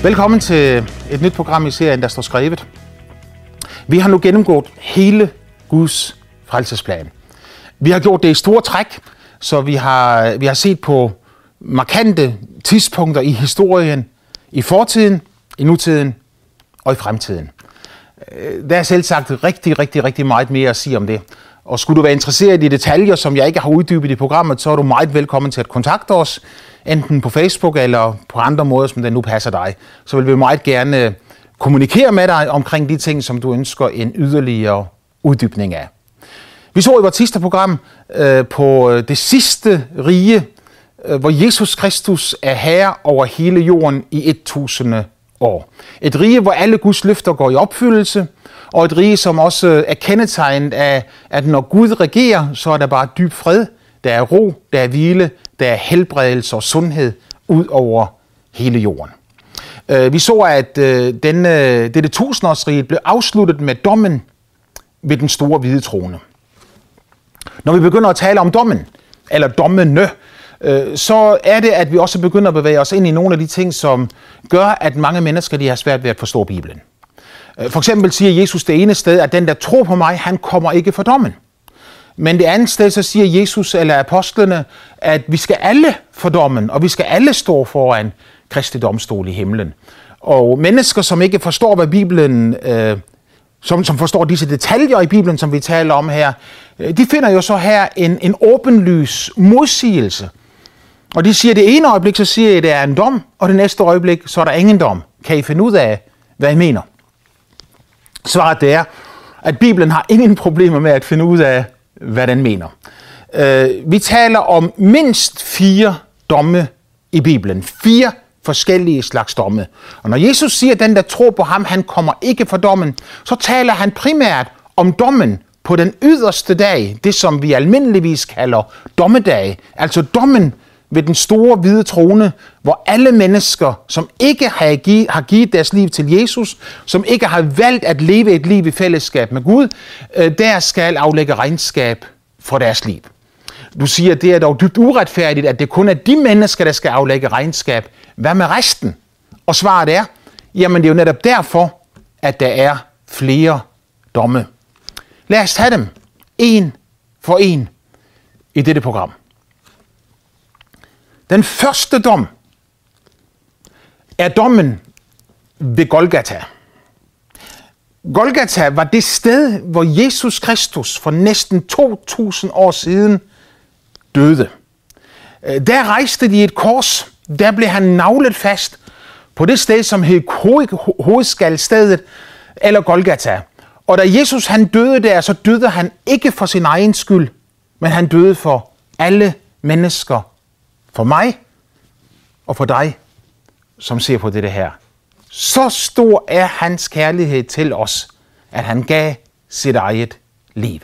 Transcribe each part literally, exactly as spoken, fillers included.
Velkommen til et nyt program i serien, der står skrevet. Vi har nu gennemgået hele Guds frelsesplan. Vi har gjort det i store træk, så vi har, vi har set på markante tidspunkter i historien, i fortiden, i nutiden og i fremtiden. Der er selv sagt rigtig, rigtig, rigtig meget mere at sige om det. Og skulle du være interesseret i detaljer, som jeg ikke har uddybet i programmet, så er du meget velkommen til at kontakte os, enten på Facebook eller på andre måder, som det nu passer dig. Så vil vi meget gerne kommunikere med dig omkring de ting, som du ønsker en yderligere uddybning af. Vi så i vores sidste program øh, på det sidste rige, øh, hvor Jesus Kristus er herre over hele jorden i et tusinde år. Et rige, hvor alle Guds løfter går i opfyldelse, og et rige, som også er kendetegnet af, at når Gud regerer, så er der bare dyb fred, der er ro, der er hvile, der er helbredelse og sundhed ud over hele jorden. Vi så, at denne, dette tusindårsrige blev afsluttet med dommen ved den store hvide trone. Når vi begynder at tale om dommen, eller dommene, så er det, at vi også begynder at bevæge os ind i nogle af de ting, som gør, at mange mennesker de har svært ved at forstå Bibelen. For eksempel siger Jesus det ene sted, at den, der tror på mig, han kommer ikke for dommen. Men det andet sted, så siger Jesus eller apostlene, at vi skal alle for dommen, og vi skal alle stå foran Kristi domstol i himlen. Og mennesker, som ikke forstår, hvad Bibelen, øh, som, som forstår disse detaljer i Bibelen, som vi taler om her, de finder jo så her en, en åbenlys modsigelse. Og de siger, det ene øjeblik, så siger jeg, det er en dom, og det næste øjeblik, så er der ingen dom. Kan I finde ud af, hvad I mener? Svaret det er, at Bibelen har ingen problemer med at finde ud af, hvad den mener. Uh, vi taler om mindst fire domme i Bibelen. Fire forskellige slags domme. Og når Jesus siger, at den, der tror på ham, han kommer ikke for dommen, så taler han primært om dommen på den yderste dag, det som vi almindeligvis kalder dommedag. Altså dommen ved den store hvide trone, hvor alle mennesker, som ikke har givet, har givet deres liv til Jesus, som ikke har valgt at leve et liv i fællesskab med Gud, der skal aflægge regnskab for deres liv. Du siger, at det er dog dybt uretfærdigt, at det kun er de mennesker, der skal aflægge regnskab. Hvad med resten? Og svaret er, jamen det er jo netop derfor, at der er flere domme. Lad os tage dem en for en i dette program. Den første dom er dommen ved Golgata. Golgata var det sted, hvor Jesus Kristus for næsten to tusind år siden døde. Der rejste de et kors, der blev han naglet fast på det sted, som hed hovedskaldstedet eller Golgata. Og da Jesus han døde der, så døde han ikke for sin egen skyld, men han døde for alle mennesker. For mig og for dig, som ser på dette her. Så stor er hans kærlighed til os, at han gav sit eget liv.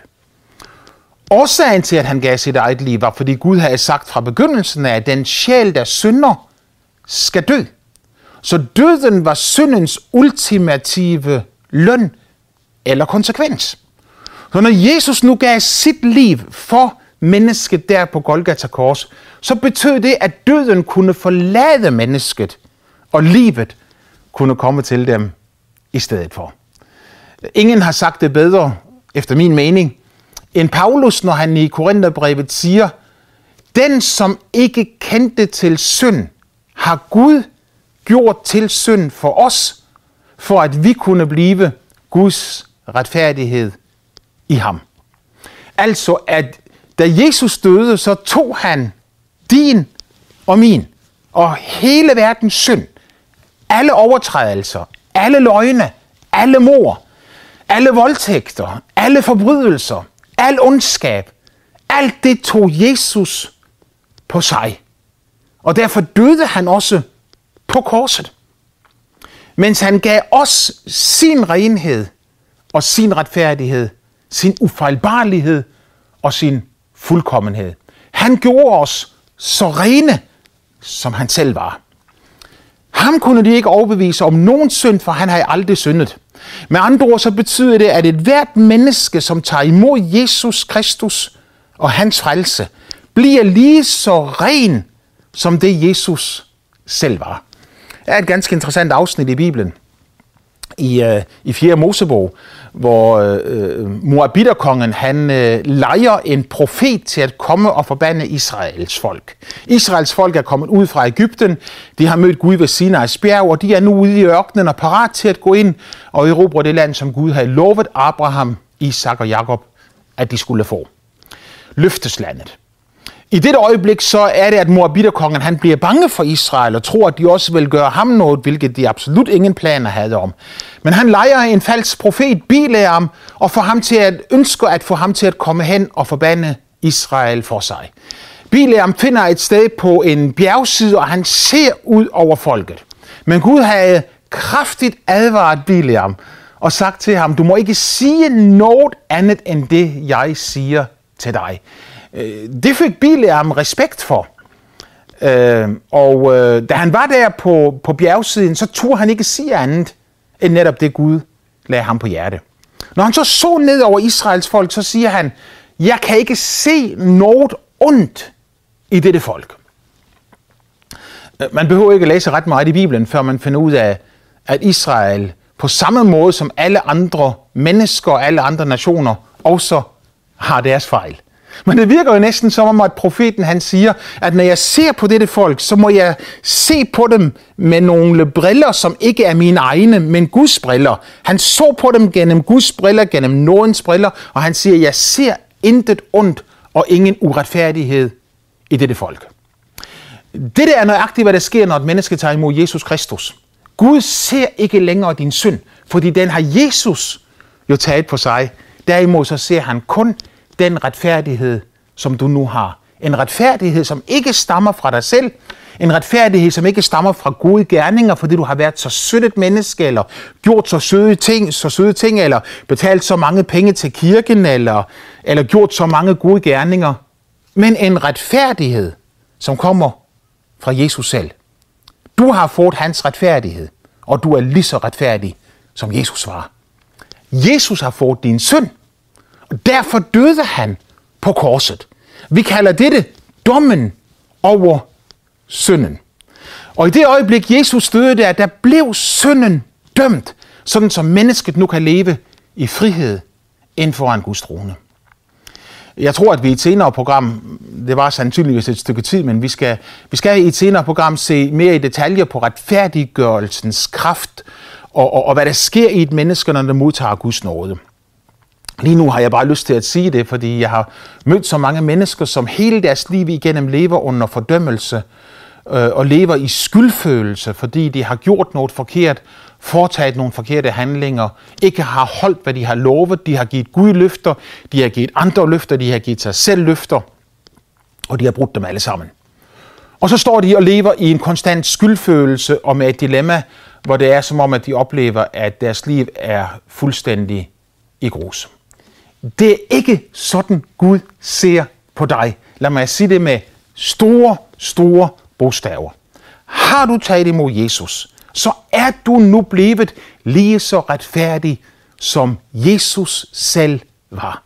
Årsagen til, at han gav sit eget liv, var, fordi Gud havde sagt fra begyndelsen af, at den sjæl, der synder, skal dø. Så døden var syndens ultimative løn eller konsekvens. Så når Jesus nu gav sit liv for mennesket der på Golgata kors, så betød det, at døden kunne forlade mennesket, og livet kunne komme til dem i stedet for. Ingen har sagt det bedre, efter min mening, end Paulus, når han i Korintherbrevet siger, den, som ikke kendte til synd, har Gud gjort til synd for os, for at vi kunne blive Guds retfærdighed i ham. Altså, at da Jesus døde, så tog han din og min og hele verdens synd, alle overtrædelser, alle løgne, alle mord, alle voldtægter, alle forbrydelser, al ondskab, alt det tog Jesus på sig. Og derfor døde han også på korset. Mens han gav os sin renhed og sin retfærdighed, sin ufejlbarlighed og sin fuldkommenhed. Han gjorde os så rene, som han selv var. Ham kunne de ikke overbevise om nogen synd, for han havde aldrig syndet. Med andre ord så betyder det, at et hvert menneske, som tager imod Jesus Kristus og hans frelse, bliver lige så ren, som det Jesus selv var. er et ganske interessant afsnit i Bibelen, i, øh, i fjerde Mosebog, hvor øh, Moabiterkongen han øh, lejer en profet til at komme og forbande Israels folk. Israels folk er kommet ud fra Egypten, de har mødt Gud ved Sinais bjerg, og de er nu ude i ørkenen og parat til at gå ind og erobre det land, som Gud havde lovet Abraham, Isak og Jakob, at de skulle få. Løfteslandet. I dette øjeblik så er det, at Moabiterkongen han bliver bange for Israel og tror, at de også vil gøre ham noget, hvilket de absolut ingen planer havde om. Men han lejer en falsk profet, Bileam, og får ham til at ønske at få ham til at komme hen og forbande Israel for sig. Bileam finder et sted på en bjergside, og han ser ud over folket. Men Gud havde kraftigt advaret Bileam og sagt til ham, du må ikke sige noget andet end det, jeg siger til dig. Det fik Bileam respekt for. Øh, og øh, da han var der på, på bjergsiden, så turde han ikke sige andet, end netop det Gud lagde ham på hjerte. Når han så så ned over Israels folk, så siger han, jeg kan ikke se noget ondt i dette folk. Man behøver ikke at læse ret meget i Bibelen, før man finder ud af, at Israel på samme måde som alle andre mennesker og alle andre nationer også har deres fejl. Men det virker jo næsten som om, at profeten han siger, at når jeg ser på dette folk, så må jeg se på dem med nogle briller, som ikke er mine egne, men Guds briller. Han så på dem gennem Guds briller, gennem nådens briller, og han siger, jeg ser intet ondt og ingen uretfærdighed i dette folk. Dette er nøjagtigt, hvad der sker, når et menneske tager imod Jesus Kristus. Gud ser ikke længere din synd, fordi den har Jesus jo taget på sig. Derimod så ser han kun den retfærdighed, som du nu har. En retfærdighed, som ikke stammer fra dig selv. En retfærdighed, som ikke stammer fra gode gerninger, fordi du har været så sødt et menneske, eller gjort så søde ting, så søde ting, eller betalt så mange penge til kirken, eller, eller gjort så mange gode gerninger. Men en retfærdighed, som kommer fra Jesus selv. Du har fået hans retfærdighed, og du er lige så retfærdig, som Jesus var. Jesus har fået din synd, og derfor døde han på korset. Vi kalder dette dommen over synden. Og i det øjeblik, Jesus døde der, der blev synden dømt, sådan som mennesket nu kan leve i frihed inden foran Guds trone. Jeg tror, at vi i et senere program, det var sandsynligvis et stykke tid, men vi skal, vi skal i et senere program se mere i detaljer på retfærdiggørelsens kraft, og, og, og hvad der sker i et menneske, når det modtager Guds nåde. Lige nu har jeg bare lyst til at sige det, fordi jeg har mødt så mange mennesker, som hele deres liv igennem lever under fordømmelse øh, og lever i skyldfølelse, fordi de har gjort noget forkert, foretaget nogle forkerte handlinger, ikke har holdt, hvad de har lovet, de har givet Gud løfter, de har givet andre løfter, de har givet sig selv løfter, og de har brudt dem alle sammen. Og så står de og lever i en konstant skyldfølelse og med et dilemma, hvor det er som om, at de oplever, at deres liv er fuldstændig i grus. Det er ikke sådan, Gud ser på dig. Lad mig sige det med store, store bogstaver. Har du taget imod Jesus, så er du nu blevet lige så retfærdig, som Jesus selv var.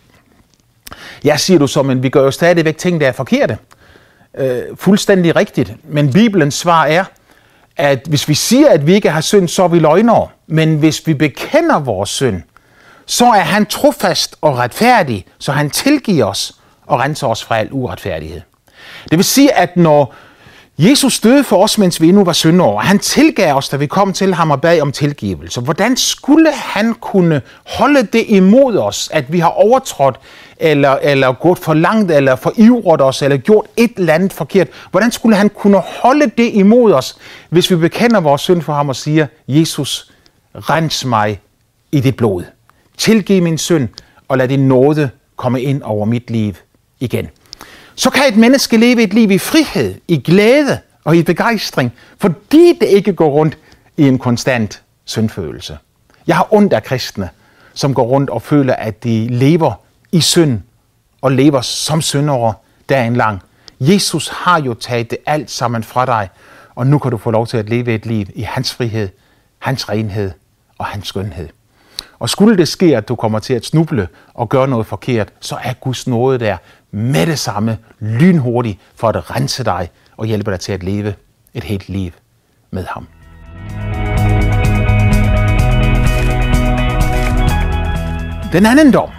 Jeg siger du så, men vi gør jo stadigvæk ting, der er forkerte. Øh, fuldstændig rigtigt. Men Bibelens svar er, at hvis vi siger, at vi ikke har synd, så er vi løgnere. Men hvis vi bekender vores synd, så er han trofast og retfærdig, så han tilgiver os og renser os fra al uretfærdighed. Det vil sige, at når Jesus døde for os, mens vi endnu var syndere, og han tilgav os, da vi kom til ham og bad om tilgivelse, hvordan skulle han kunne holde det imod os, at vi har overtrådt, eller, eller gået for langt, eller forivret os, eller gjort et eller andet forkert? Hvordan skulle han kunne holde det imod os, hvis vi bekender vores synd for ham og siger, Jesus, rens mig i dit blod. Tilgiv min synd, og lad din nåde komme ind over mit liv igen. Så kan et menneske leve et liv i frihed, i glæde og i begejstring, fordi det ikke går rundt i en konstant syndfølelse. Jeg har ondt af kristne, som går rundt og føler, at de lever i synd og lever som syndere dagen lang. Jesus har jo taget det alt sammen fra dig, og nu kan du få lov til at leve et liv i hans frihed, hans renhed og hans skønhed. Og skulle det ske, at du kommer til at snuble og gøre noget forkert, så er Guds nåde der med det samme lynhurtigt for at rense dig og hjælpe dig til at leve et helt liv med ham. Den anden dom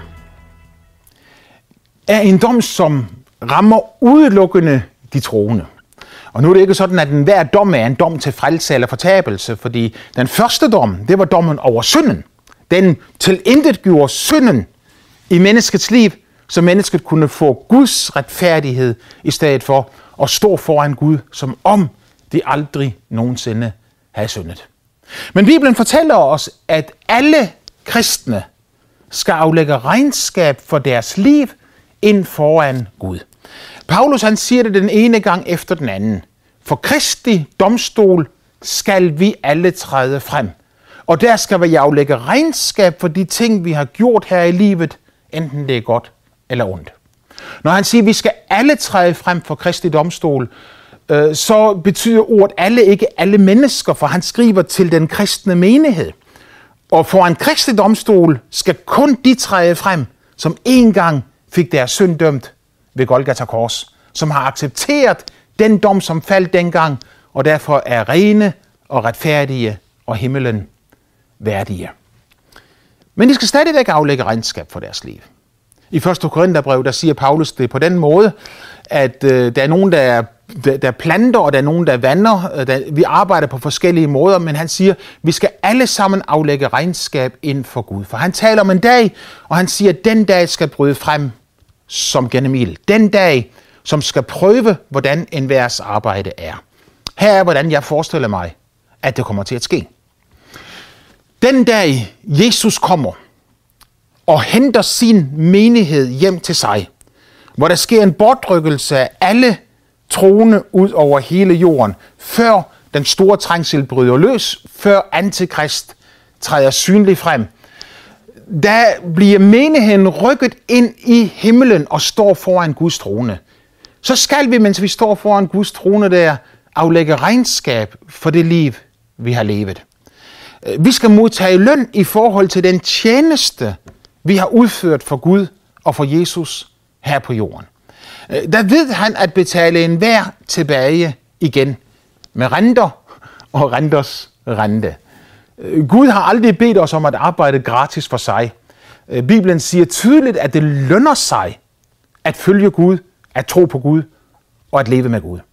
er en dom, som rammer udelukkende de troende. Og nu er det ikke sådan, at enhver dom er en dom til frelse eller fortabelse, fordi den første dom, det var dommen over synden. Den tilintetgjorde synden i menneskets liv, så mennesket kunne få Guds retfærdighed i stedet for at stå foran Gud, som om de aldrig nogensinde havde syndet. Men Bibelen fortæller os, at alle kristne skal aflægge regnskab for deres liv ind foran Gud. Paulus han siger det den ene gang efter den anden. For Kristi domstol skal vi alle træde frem. Og der skal vi aflægge regnskab for de ting, vi har gjort her i livet, enten det er godt eller ondt. Når han siger, at vi skal alle træde frem for Kristi domstol, øh, så betyder ordet alle ikke alle mennesker, for han skriver til den kristne menighed. Og for en Kristi domstol skal kun de træde frem, som engang fik deres synd dømt ved Golgata Kors, som har accepteret den dom, som faldt dengang, og derfor er rene og retfærdige og himmelen værdige. Men de skal stadigvæk aflægge regnskab for deres liv. I første Korintherbrev, der siger Paulus det på den måde, at øh, der er nogen, der, er, der, der planter, og der er nogen, der vander. Der, vi arbejder på forskellige måder, men han siger, at vi skal alle sammen aflægge regnskab ind for Gud. For han taler om en dag, og han siger, at den dag skal bryde frem som gennem ild. Den dag, som skal prøve, hvordan enhvers arbejde er. Her er, hvordan jeg forestiller mig, at det kommer til at ske. Den dag, Jesus kommer og henter sin menighed hjem til sig, hvor der sker en bortrykkelse af alle troende ud over hele jorden, før den store trængsel bryder løs, før antikrist træder synligt frem, der bliver menigheden rykket ind i himlen og står foran Guds trone. Så skal vi, mens vi står foran Guds trone der, aflægge regnskab for det liv, vi har levet. Vi skal modtage løn i forhold til den tjeneste, vi har udført for Gud og for Jesus her på jorden. Der ved han at betale enhver tilbage igen med renter og renters rente. Gud har aldrig bedt os om at arbejde gratis for sig. Bibelen siger tydeligt, at det lønner sig at følge Gud, at tro på Gud og at leve med Gud.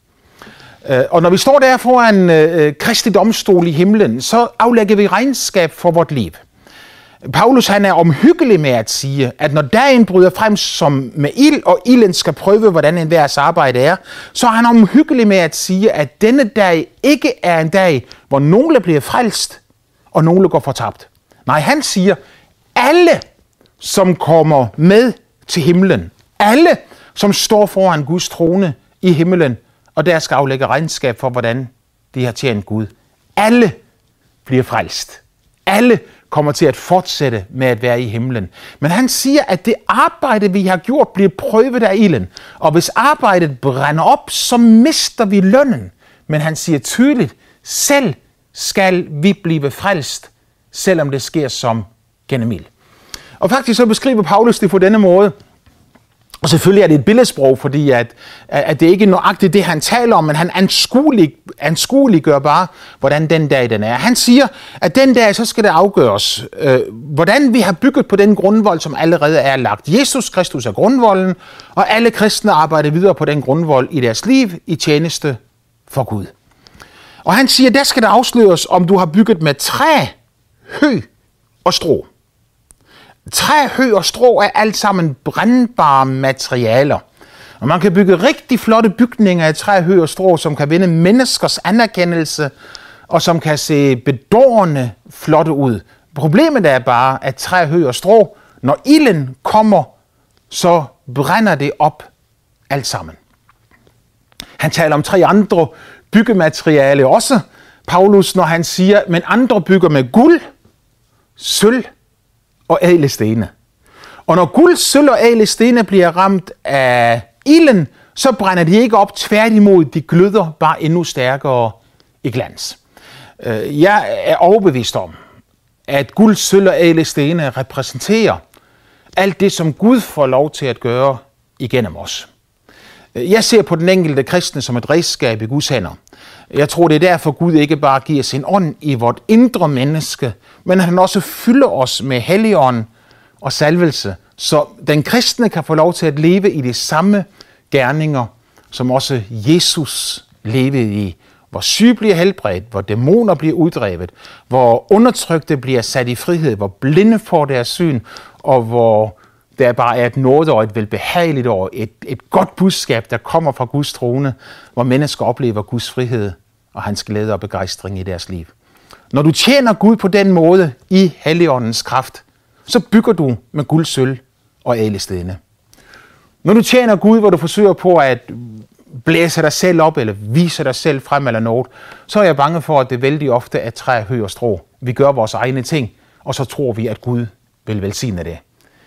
Og når vi står der foran øh, Kristi domstol i himlen, så aflægger vi regnskab for vort liv. Paulus han er omhyggelig med at sige, at når dagen bryder frem som med ild, og ilden skal prøve, hvordan enhvers arbejde er, så er han omhyggelig med at sige, at denne dag ikke er en dag, hvor nogle bliver frelst, og nogle går fortabt. Nej, han siger, alle, som kommer med til himlen, alle, som står foran Guds trone i himlen, og der skal aflægge regnskab for, hvordan de har tjent Gud. Alle bliver frelst. Alle kommer til at fortsætte med at være i himlen. Men han siger, at det arbejde, vi har gjort, bliver prøvet af ilden. Og hvis arbejdet brænder op, så mister vi lønnen. Men han siger tydeligt, selv skal vi blive frelst, selvom det sker som gennem ild. Og faktisk så beskriver Paulus det på denne måde. Og selvfølgelig er det et billedsprog, fordi at, at det ikke er nøjagtigt det, han taler om, men han anskuelig, anskueliggør bare, hvordan den dag den er. Han siger, at den dag så skal det afgøres, øh, hvordan vi har bygget på den grundvold, som allerede er lagt. Jesus Kristus er grundvolden, og alle kristne arbejder videre på den grundvold i deres liv, i tjeneste for Gud. Og han siger, der skal det afsløres, om du har bygget med træ, hø og strå. Træ, hø og strå er alt sammen brændbare materialer. Og man kan bygge rigtig flotte bygninger af træ, hø og strå, som kan vinde menneskers anerkendelse, og som kan se bedårende flotte ud. Problemet er bare, at træ, hø og strå, når ilden kommer, så brænder det op alt sammen. Han taler om tre andre byggematerialer også. Paulus, når han siger, men andre bygger med guld, sølv og ædle stene. Og når guld, sølv og ædle stene bliver ramt af ilden, så brænder de ikke op. Tværtimod, de gløder bare endnu stærkere i glans. Jeg er overbevist om, at guld, sølv og ædle stene repræsenterer alt det, som Gud får lov til at gøre igennem os. Jeg ser på den enkelte kristne som et redskab i Guds hænder. Jeg tror, det er derfor, Gud ikke bare giver sin ånd i vort indre menneske, men han også fylder os med Helligånden og salvelse, så den kristne kan få lov til at leve i de samme gerninger, som også Jesus levede i. Hvor syge bliver helbredt, hvor dæmoner bliver uddrevet, hvor undertrykte bliver sat i frihed, hvor blinde får deres syn, og hvor der bare er et nåde og et velbehageligt år, et, et godt budskab, der kommer fra Guds trone, hvor mennesker oplever Guds frihed og hans glæde og begejstring i deres liv. Når du tjener Gud på den måde i Helligåndens kraft, så bygger du med guld, sølv og ædelstene. Når du tjener Gud, hvor du forsøger på at blæse dig selv op, eller vise dig selv frem eller noget, så er jeg bange for, at det vældig ofte er træ, hø og strå. Vi gør vores egne ting, og så tror vi, at Gud vil velsigne det.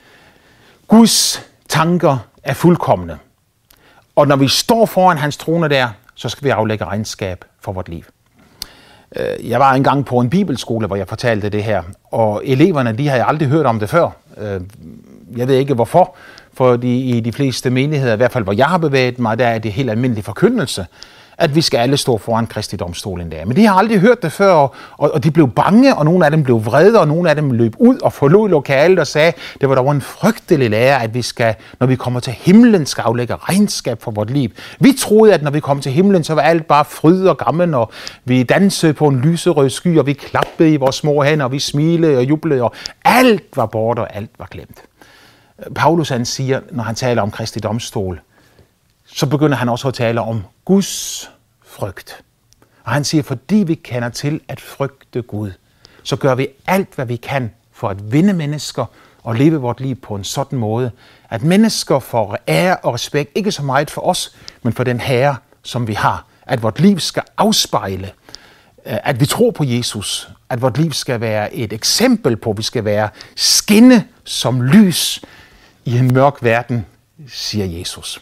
Guds tanker er fuldkomne, og når vi står foran hans trone der, så skal vi aflægge regnskab for vort liv. Jeg var engang på en bibelskole, hvor jeg fortalte det her, og eleverne, de har jeg aldrig hørt om det før. Jeg ved ikke hvorfor, fordi i de fleste menigheder, i hvert fald hvor jeg har bevæget mig, der er det helt almindelig forkyndelse, at vi skal alle stå foran Kristi domstol en dag. Men de har aldrig hørt det før, og, og de blev bange, og nogle af dem blev vrede, og nogle af dem løb ud og forlod lokalet og sagde, det var dog en frygtelig lære, at vi skal, når vi kommer til himlen, skal aflægge regnskab for vort liv. Vi troede, at når vi kom til himlen, så var alt bare fryd og gammen, og vi dansede på en lyserød sky, og vi klappede i vores små hænder, og vi smilede og jublede, og alt var borte, og alt var glemt. Paulus han siger, når han taler om Kristi domstol, så begynder han også at tale om Guds frygt. Og han siger, fordi vi kender til at frygte Gud, så gør vi alt, hvad vi kan for at vinde mennesker og leve vort liv på en sådan måde, at mennesker får ære og respekt, ikke så meget for os, men for den Herre, som vi har. At vort liv skal afspejle, at vi tror på Jesus, at vort liv skal være et eksempel på, at vi skal være skinne som lys i en mørk verden, siger Jesus.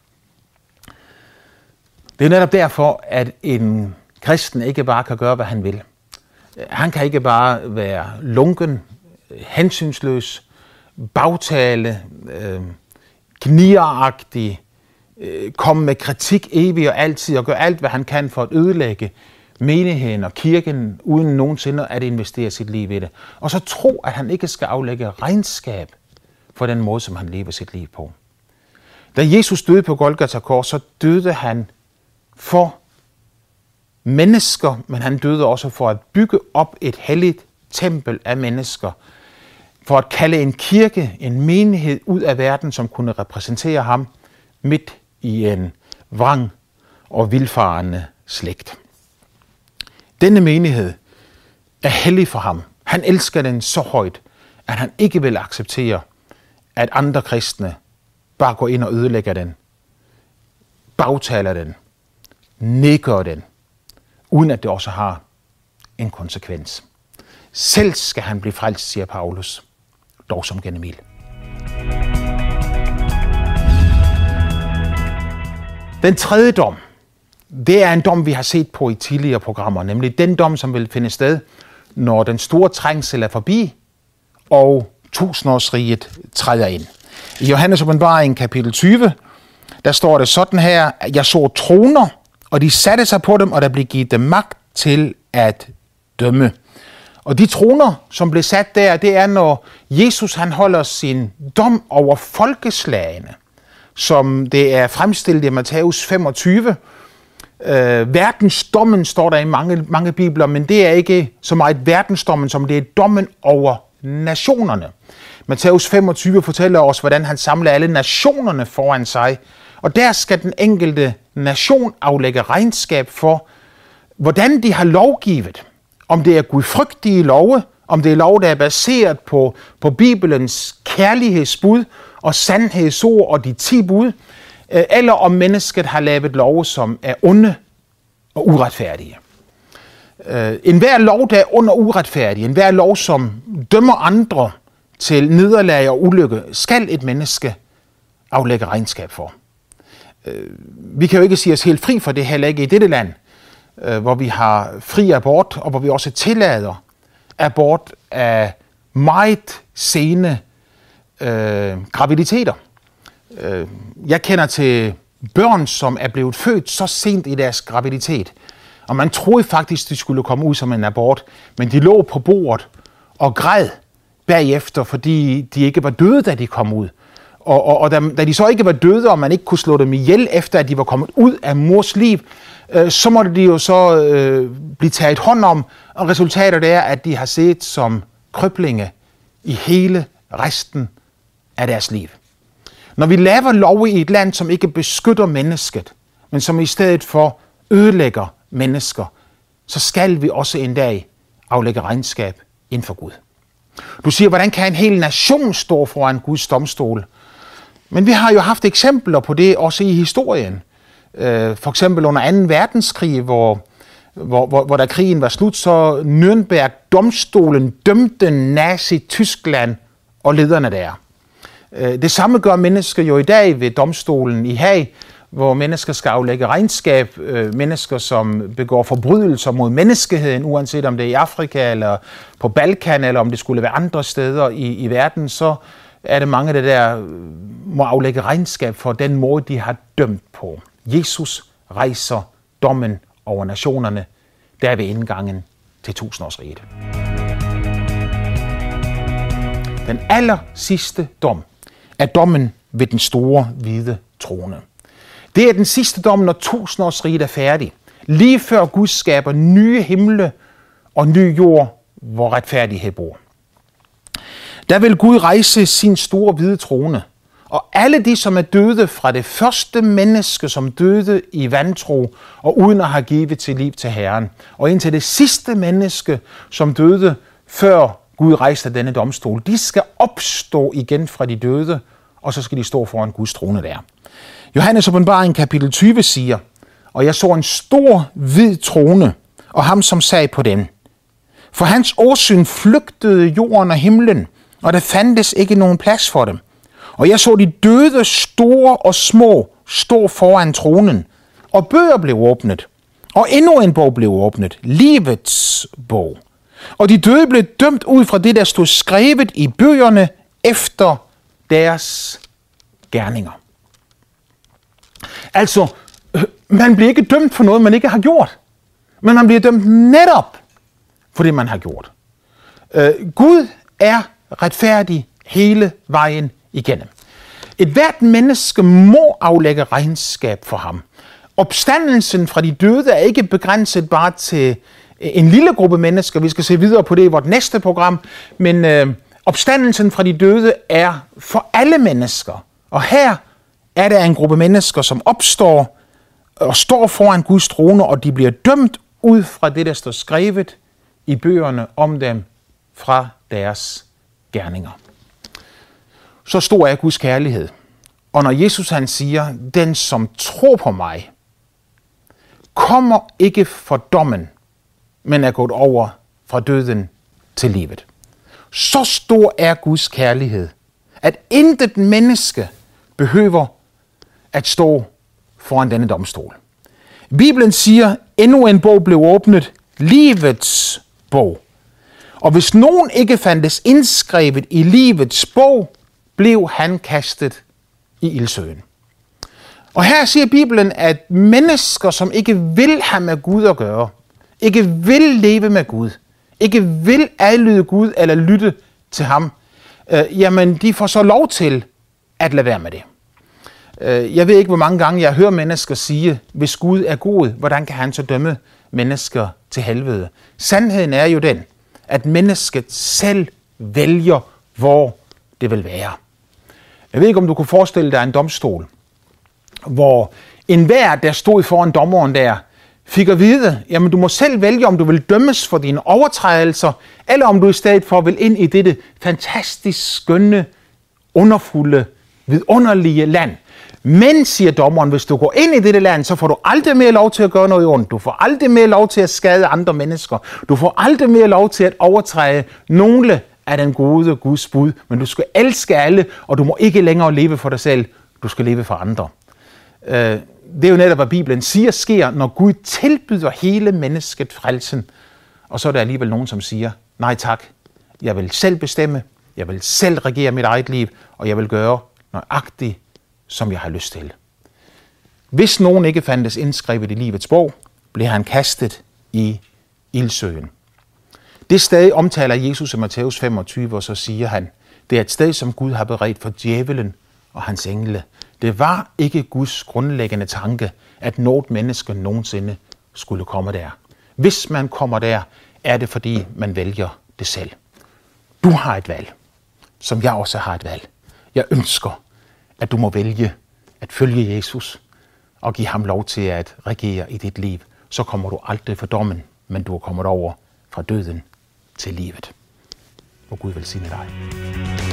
Det er netop derfor, at en kristen ikke bare kan gøre, hvad han vil. Han kan ikke bare være lunken, hensynsløs, bagtale, øh, knieragtig, øh, komme med kritik evig og altid og gøre alt, hvad han kan for at ødelægge menigheden og kirken, uden nogensinde at investere sit liv i det. Og så tro, at han ikke skal aflægge regnskab for den måde, som han lever sit liv på. Da Jesus døde på Golgata kors, så døde han for mennesker, men han døde også for at bygge op et helligt tempel af mennesker. For at kalde en kirke, en menighed ud af verden, som kunne repræsentere ham midt i en vrang og vildfarende slægt. Denne menighed er hellig for ham. Han elsker den så højt, at han ikke vil acceptere, at andre kristne bare går ind og ødelægger den, bagtaler den, nedgør den, uden at det også har en konsekvens. Selv skal han blive frelst, siger Paulus, dog som gennem ild. Den tredje dom, det er en dom, vi har set på i tidligere programmer, nemlig den dom, som vil finde sted, når den store trængsel er forbi, og tusindårsriget træder ind. I Johannes åbenbaring kapitel tyve, der står det sådan her, at jeg så troner, og de satte sig på dem, og der blev givet dem magt til at dømme. Og de troner, som blev sat der, det er, når Jesus han holder sin dom over folkeslagene, som det er fremstillet i Matthæus femogtyve. Øh, verdensdommen står der i mange, mange bibler, men det er ikke så meget verdensdommen, som det er dommen over nationerne. Matthæus femogtyve fortæller os, hvordan han samler alle nationerne foran sig, og der skal den enkelte nation aflægge regnskab for, hvordan de har lovgivet. Om det er gudfrygtige love, om det er lov, der er baseret på, på Bibelens kærlighedsbud og sandhedsord og de ti bud, eller om mennesket har lavet love, som er onde og uretfærdige. En hver lov, der er ond og uretfærdig, en hver lov, som dømmer andre til nederlag og ulykke, skal et menneske aflægge regnskab for. Vi kan jo ikke sige os helt fri for det, heller ikke i dette land, hvor vi har fri abort, og hvor vi også tillader abort af meget sene øh, graviditeter. Jeg kender til børn, som er blevet født så sent i deres graviditet, og man troede faktisk, de skulle komme ud som en abort, men de lå på bordet og græd bagefter, fordi de ikke var døde, da de kom ud. Og, og, og da, da de så ikke var døde, og man ikke kunne slå dem ihjel, efter at de var kommet ud af mors liv, øh, så måtte de jo så øh, blive taget hånd om, og resultatet er, at de har set som krøblinge i hele resten af deres liv. Når vi laver lov i et land, som ikke beskytter mennesket, men som i stedet for ødelægger mennesker, så skal vi også en dag aflægge regnskab inden for Gud. Du siger, hvordan kan en hel nation stå foran Guds domstol? Men vi har jo haft eksempler på det også i historien. For eksempel under anden verdenskrig, hvor, hvor, hvor, hvor da krigen var slut, så Nürnberg-domstolen dømte Nazi-Tyskland og lederne der. Det samme gør mennesker jo i dag ved domstolen i Haag, hvor mennesker skal aflægge regnskab, mennesker som begår forbrydelser mod menneskeheden, uanset om det er i Afrika eller på Balkan, eller om det skulle være andre steder i, i verden, så er det mange, der, der må aflægge regnskab for den måde, de har dømt på. Jesus rejser dommen over nationerne, der ved indgangen til tusindårsriget. Den aller sidste dom er dommen ved den store hvide trone. Det er den sidste dom, når tusindårsriget er færdig. Lige før Gud skaber nye himle og ny jord, hvor retfærdighed bor. Der vil Gud rejse sin store hvide trone, og alle de, som er døde fra det første menneske, som døde i vantro og uden at have givet til liv til Herren, og indtil det sidste menneske, som døde før Gud rejste denne domstol, de skal opstå igen fra de døde, og så skal de stå foran Guds trone der. Johannes åbenbaring kapitel tyve siger, og jeg så en stor hvid trone, og ham som sad på den. For hans åsyn flygtede jorden og himlen, og der fandtes ikke nogen plads for dem. Og jeg så de døde, store og små, stå foran tronen, og bøger blev åbnet, og endnu en bog blev åbnet, livets bog. Og de døde blev dømt ud fra det, der stod skrevet i bøgerne efter deres gerninger. Altså, man bliver ikke dømt for noget, man ikke har gjort, men man bliver dømt netop for det, man har gjort. Øh, Gud er retfærdig hele vejen igennem. Et hvert menneske må aflægge regnskab for ham. Opstandelsen fra de døde er ikke begrænset bare til en lille gruppe mennesker. Vi skal se videre på det i vort næste program. Men øh, opstandelsen fra de døde er for alle mennesker. Og her er der en gruppe mennesker, som opstår og står foran Guds trone, og de bliver dømt ud fra det, der står skrevet i bøgerne om dem fra deres gerninger. Så stor er Guds kærlighed. Og når Jesus han siger, den som tror på mig, kommer ikke for dommen, men er gået over fra døden til livet. Så stor er Guds kærlighed, at intet menneske behøver at stå foran denne domstol. Bibelen siger, endnu en bog blev åbnet, livets bog. Og hvis nogen ikke fandtes indskrevet i livets bog, blev han kastet i ildsøen. Og her siger Bibelen, at mennesker, som ikke vil have med Gud at gøre, ikke vil leve med Gud, ikke vil adlyde Gud eller lytte til ham, øh, jamen de får så lov til at lade være med det. Øh, jeg ved ikke, hvor mange gange jeg hører mennesker sige, hvis Gud er god, hvordan kan han så dømme mennesker til helvede? Sandheden er jo den, at mennesket selv vælger, hvor det vil være. Jeg ved ikke, om du kunne forestille dig en domstol, hvor enhver, der stod foran dommeren der, fik at vide, jamen du må selv vælge, om du vil dømmes for dine overtrædelser, eller om du i stedet for vil ind i dette fantastisk skønne, underfulde, vidunderlige land. Men, siger dommeren, hvis du går ind i dette land, så får du aldrig mere lov til at gøre noget ondt. Du får aldrig mere lov til at skade andre mennesker. Du får aldrig mere lov til at overtræde nogle af den gode Guds bud. Men du skal elske alle, og du må ikke længere leve for dig selv. Du skal leve for andre. Det er jo netop, hvad Bibelen siger, sker, når Gud tilbyder hele mennesket frelsen. Og så er der alligevel nogen, som siger, nej tak, jeg vil selv bestemme, jeg vil selv regere mit eget liv, og jeg vil gøre nøjagtigt, som jeg har lyst til. Hvis nogen ikke fandtes indskrevet i livets bog, blev han kastet i ildsøen. Det sted omtaler Jesus i Matthæus femogtyve, og så siger han, det er et sted, som Gud har beredt for djævelen og hans engle. Det var ikke Guds grundlæggende tanke, at noget menneske nogensinde skulle komme der. Hvis man kommer der, er det fordi, man vælger det selv. Du har et valg, som jeg også har et valg. Jeg ønsker, at du må vælge at følge Jesus og give ham lov til at regere i dit liv. Så kommer du aldrig for dommen, men du er kommet over fra døden til livet. Må Gud velsigne dig.